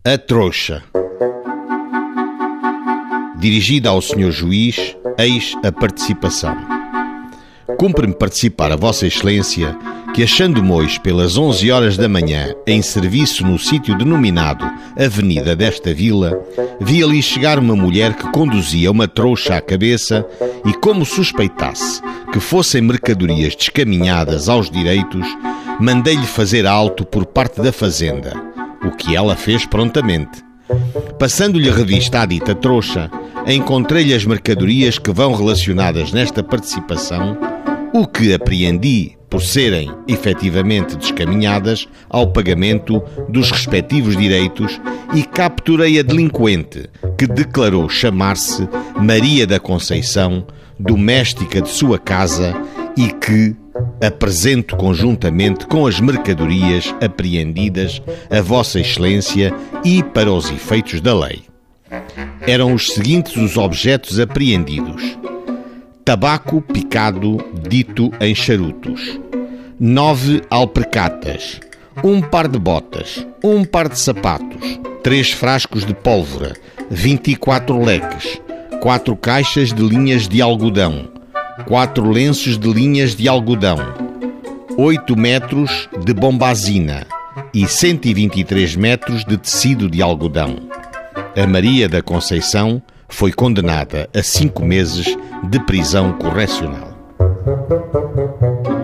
A trouxa. Dirigida ao Sr. Juiz, eis a participação. Cumpre-me participar a Vossa Excelência que, achando-me hoje pelas 11 horas da manhã em serviço no sítio denominado Avenida desta Vila, vi ali chegar uma mulher que conduzia uma trouxa à cabeça e, como suspeitasse que fossem mercadorias descaminhadas aos direitos, mandei-lhe fazer alto por parte da fazenda, o que ela fez prontamente. Passando-lhe revista à dita trouxa, encontrei-lhe as mercadorias que vão relacionadas nesta participação, o que apreendi por serem efetivamente descaminhadas ao pagamento dos respectivos direitos e capturei a delinquente, que declarou chamar-se Maria da Conceição, doméstica de sua casa, e que apresento conjuntamente com as mercadorias apreendidas a Vossa Excelência e para os efeitos da lei. Eram os seguintes os objetos apreendidos: tabaco picado dito em charutos, 9 alpercatas, 1 par de botas, 1 par de sapatos, 3 frascos de pólvora, 24 leques, 4 caixas de linhas de algodão, 4 lenços de linhas de algodão, 8 metros de bombazina e 123 metros de tecido de algodão. A Maria da Conceição foi condenada a 5 meses de prisão correcional.